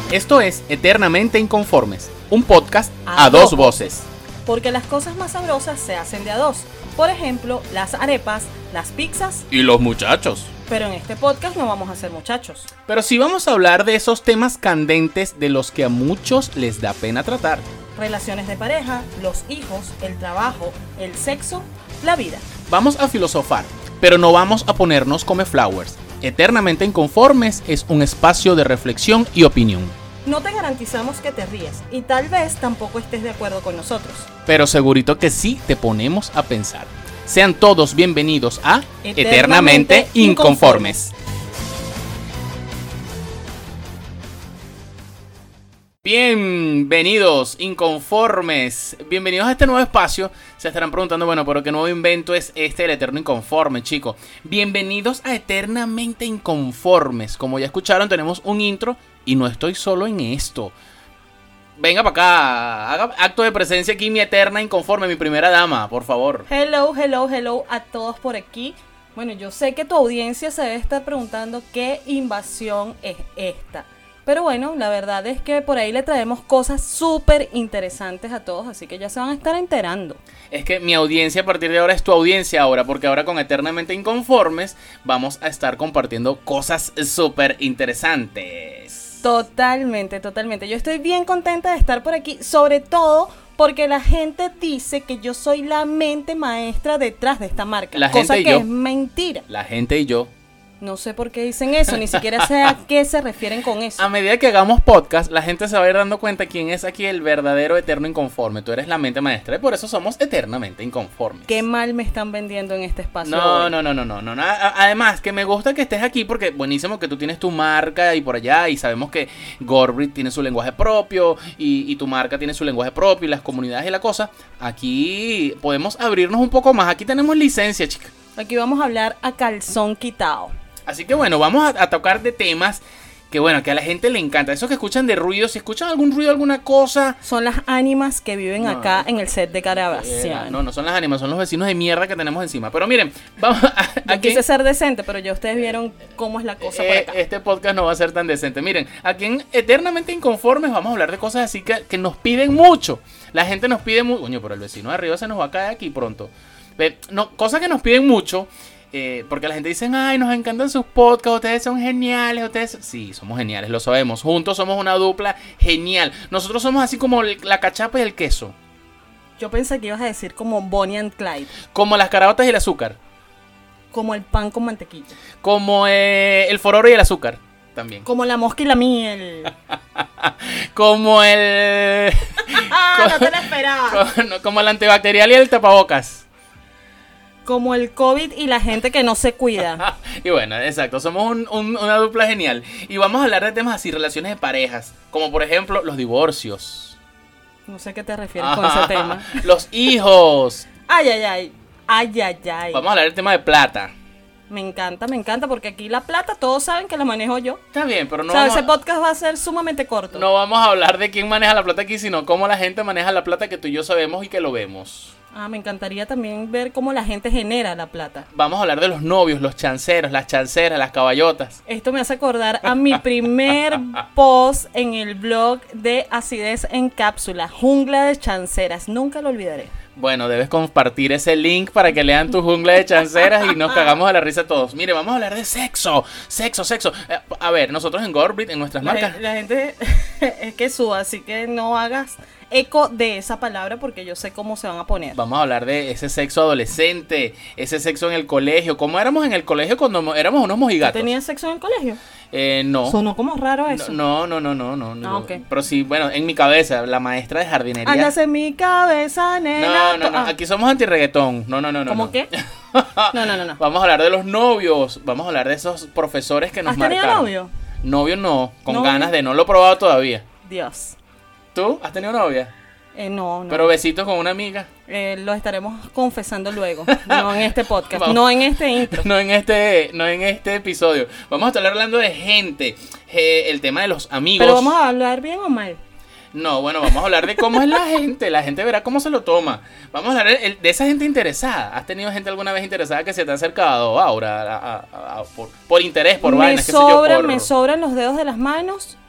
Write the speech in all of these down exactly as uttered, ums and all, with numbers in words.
Esto es Eternamente Inconformes, un podcast a, a dos voces. Porque las cosas más sabrosas se hacen de a dos. Por ejemplo, las arepas, las pizzas y los muchachos. Pero en este podcast no vamos a ser muchachos. Pero sí vamos a hablar de esos temas candentes de los que a muchos les da pena tratar. Relaciones de pareja, los hijos, el trabajo, el sexo, la vida. Vamos a filosofar, pero no vamos a ponernos come flowers. Eternamente Inconformes es un espacio de reflexión y opinión. No te garantizamos que te ríes y tal vez tampoco estés de acuerdo con nosotros. Pero segurito que sí te ponemos a pensar. Sean todos bienvenidos a Eternamente, Eternamente Inconformes. Bienvenidos, inconformes. Bienvenidos a este nuevo espacio. Se estarán preguntando, bueno, pero ¿qué nuevo invento es este del Eterno Inconforme, chicos? Bienvenidos a Eternamente Inconformes. Como ya escucharon, tenemos un intro y no estoy solo en esto. Venga para acá, haga acto de presencia aquí mi eterna inconforme, mi primera dama, por favor. Hello, hello, hello a todos por aquí. Bueno, yo sé que tu audiencia se debe estar preguntando qué invasión es esta. Pero bueno, la verdad es que por ahí le traemos cosas súper interesantes a todos, así que ya se van a estar enterando. Es que mi audiencia a partir de ahora es tu audiencia ahora, porque ahora con Eternamente Inconformes vamos a estar compartiendo cosas súper interesantes. Totalmente, totalmente. Yo estoy bien contenta de estar por aquí, sobre todo porque la gente dice que yo soy la mente maestra detrás de esta marca, la cosa gente y que yo. es mentira. La gente y yo. No sé por qué dicen eso, ni siquiera sé a qué se refieren con eso. A medida que hagamos podcast, la gente se va a ir dando cuenta quién es aquí el verdadero eterno inconforme. Tú eres la mente maestra y por eso somos eternamente inconformes. Qué mal me están vendiendo en este espacio. No, hoy. no, no, no, no, no. Además, que me gusta que estés aquí porque buenísimo que tú tienes tu marca y por allá y sabemos que Gorbrit tiene su lenguaje propio y, y tu marca tiene su lenguaje propio y las comunidades y la cosa. Aquí podemos abrirnos un poco más. Aquí tenemos licencia, chica. Aquí vamos a hablar a calzón quitado. Así que bueno, vamos a, a tocar de temas que bueno, que a la gente le encanta. Esos que escuchan de ruido, si escuchan algún ruido, alguna cosa. Son las ánimas que viven no, acá no, en el set de Carabaciano. Eh, no, no son las ánimas, son los vecinos de mierda que tenemos encima. Pero miren, vamos a... Yo aquí, quise ser decente, pero ya ustedes vieron cómo es la cosa eh, por acá. Este podcast no va a ser tan decente. Miren, aquí en Eternamente Inconformes vamos a hablar de cosas así que, que nos piden mucho. La gente nos pide mucho. Coño, pero el vecino de arriba se nos va a caer aquí pronto. No, cosas que nos piden mucho. Eh, porque la gente dice, ay, nos encantan sus podcasts, ustedes son geniales, ustedes... Sí, somos geniales, lo sabemos. Juntos somos una dupla genial. Nosotros somos así como la cachapa y el queso. Yo pensé que ibas a decir como Bonnie and Clyde. Como las caraotas y el azúcar. Como el pan con mantequilla. Como eh, el fororo y el azúcar. También. Como la mosca y la miel. Como el... Ah, no te la esperaba. Como, como el antibacterial y el tapabocas. Como el COVID y la gente que no se cuida. Y bueno, exacto, somos un, un, una dupla genial. Y vamos a hablar de temas así, relaciones de parejas. Como por ejemplo, los divorcios. No sé qué te refieres con ese tema. Los hijos. Ay, ay, ay. Ay, ay, ay. Vamos a hablar del tema de plata. Me encanta, me encanta, porque aquí la plata todos saben que la manejo yo. Está bien, pero no O sea, vamos ese a... podcast va a ser sumamente corto. No vamos a hablar de quién maneja la plata aquí, sino cómo la gente maneja la plata que tú y yo sabemos y que lo vemos. Ah, me encantaría también ver cómo la gente genera la plata. Vamos a hablar de los novios, los chanceros, las chanceras, las caballotas. Esto me hace acordar a mi primer post en el blog de Acidez en Cápsula, Jungla de Chanceras. Nunca lo olvidaré. Bueno, debes compartir ese link para que lean tu jungla de chanceras y nos cagamos a la risa todos. Mire, vamos a hablar de sexo, sexo, sexo. Eh, a ver, nosotros en Gorbrit, en nuestras La, marcas... la gente es que suba, así que no hagas eco de esa palabra porque yo sé cómo se van a poner. Vamos a hablar de ese sexo adolescente, ese sexo en el colegio. ¿Cómo éramos en el colegio cuando éramos unos mojigatos? ¿Tenías sexo en el colegio? Eh, no. Sonó como raro eso. No, no, no, no, no. no. Ah, okay. Pero sí, bueno, en mi cabeza, la maestra de jardinería. Andas en mi cabeza, nena. No, no, no. Ah. Aquí somos anti-reggaetón. No, no, no, no. ¿Cómo no. qué? No, no, no, no. Vamos a hablar de los novios. Vamos a hablar de esos profesores que nos ¿Has marcaron. tenido novio? Novio no, con ¿Novio? ganas de, no lo he probado todavía. Dios. ¿Tú has tenido novia? Eh, no, no. Pero besitos con una amiga. Eh, lo estaremos confesando luego. No en este podcast. Vamos. No en este intro. No en este, no en este episodio. Vamos a estar hablando de gente. Eh, el tema de los amigos. Pero vamos a hablar bien o mal. No, bueno, vamos a hablar de cómo es la gente. La gente verá cómo se lo toma. Vamos a hablar de, de esa gente interesada. ¿Has tenido gente alguna vez interesada que se te ha acercado, Aura? A, a, a, por, por interés, por me vainas, qué sé sobran, yo, por... me sobran los dedos de las manos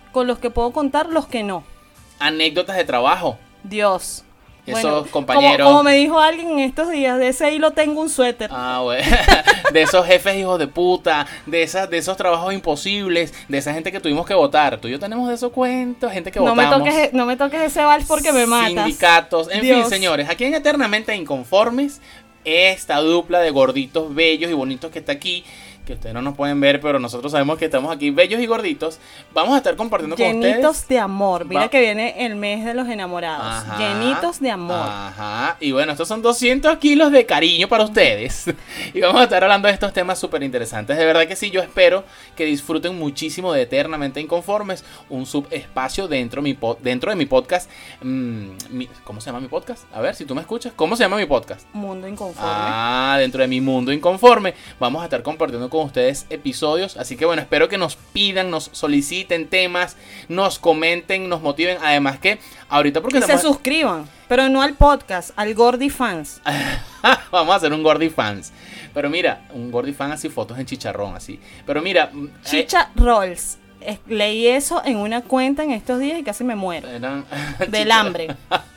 con los que puedo contar, los que no. Anécdotas de trabajo. Dios. Esos Bueno, compañeros. Como, como me dijo alguien en estos días, de ese hilo tengo un suéter. Ah, bueno. De esos jefes hijos de puta, de esas, de esos trabajos imposibles, de esa gente que tuvimos que votar. Tú y yo tenemos de esos cuentos, gente que no votamos. me toques, no me toques ese vals porque me matas. Sindicatos. En Dios. fin, señores, aquí en Eternamente Inconformes, esta dupla de gorditos bellos y bonitos que está aquí, que ustedes no nos pueden ver, pero nosotros sabemos que estamos aquí bellos y gorditos, vamos a estar compartiendo con ustedes. Llenitos de amor. Mira Va. que viene el mes de los enamorados. Ajá, Llenitos de amor. Ajá. Y bueno, estos son doscientos kilos de cariño para ustedes. Y vamos a estar hablando de estos temas súper interesantes. De verdad que sí, yo espero que disfruten muchísimo de Eternamente Inconformes, un subespacio dentro, mi po- dentro de mi podcast. Mmm, mi- ¿Cómo se llama mi podcast? A ver, si tú me escuchas, ¿cómo se llama mi podcast? Mundo inconforme. Ah, dentro de mi mundo inconforme. Vamos a estar compartiendo con ustedes episodios. Así que bueno, espero que nos pidan, nos soliciten temas, nos comenten, nos motiven. Además que ahorita porque Y se estamos... suscriban, pero no al podcast, al Gordy Fans. Vamos a hacer un Gordy Fans. Pero mira, un Gordy Fan así, fotos en chicharrón así. Pero mira... eh, Chicha Rolls. Es- leí eso en una cuenta en estos días y casi me muero. eran- Del chicha- hambre.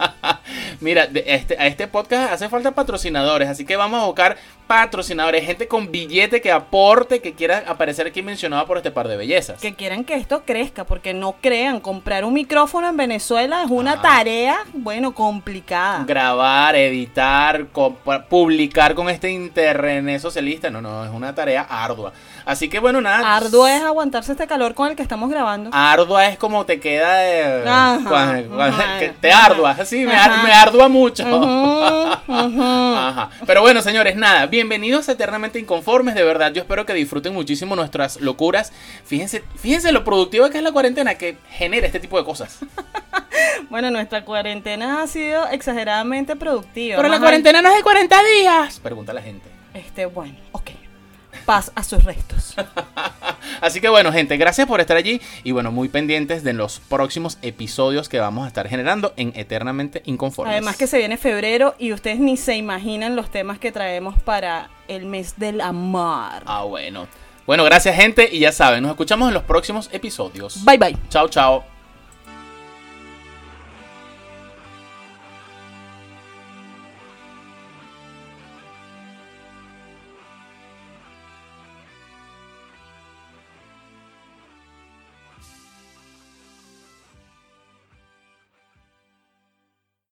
Mira, de este, a este podcast hace falta patrocinadores, así que vamos a buscar patrocinadores, gente con billete que aporte, que quiera aparecer aquí mencionado por este par de bellezas. Que quieran que esto crezca, porque no crean, comprar un micrófono en Venezuela es una Ah. tarea, bueno, complicada. Grabar, editar, compa- publicar con este internet socialista, no, no, es una tarea ardua. Así que bueno, nada. Arduo es aguantarse este calor con el que estamos grabando. Ardua es como te queda de... Ajá, cuando- cuando- ajá, que te ajá. ardua, sí, me, ar- Ajá. me ardua mucho. Ujú, ujú. Ajá. Pero bueno, señores, nada, bienvenidos a Eternamente Inconformes, de verdad, yo espero que disfruten muchísimo nuestras locuras. Fíjense, fíjense lo productiva que es la cuarentena, que genera este tipo de cosas. Bueno, nuestra cuarentena ha sido exageradamente productiva. Pero la Más cuarentena no es de cuarenta días. Pregunta la gente. al- Este, bueno, ok. Paz a sus restos. Así que bueno, gente, gracias por estar allí y bueno, muy pendientes de los próximos episodios que vamos a estar generando en Eternamente Inconformes. Además que se viene febrero y ustedes ni se imaginan los temas que traemos para el mes del amor. Ah, bueno. Bueno, gracias, gente, y ya saben, nos escuchamos en los próximos episodios. Bye bye. Chao, chao.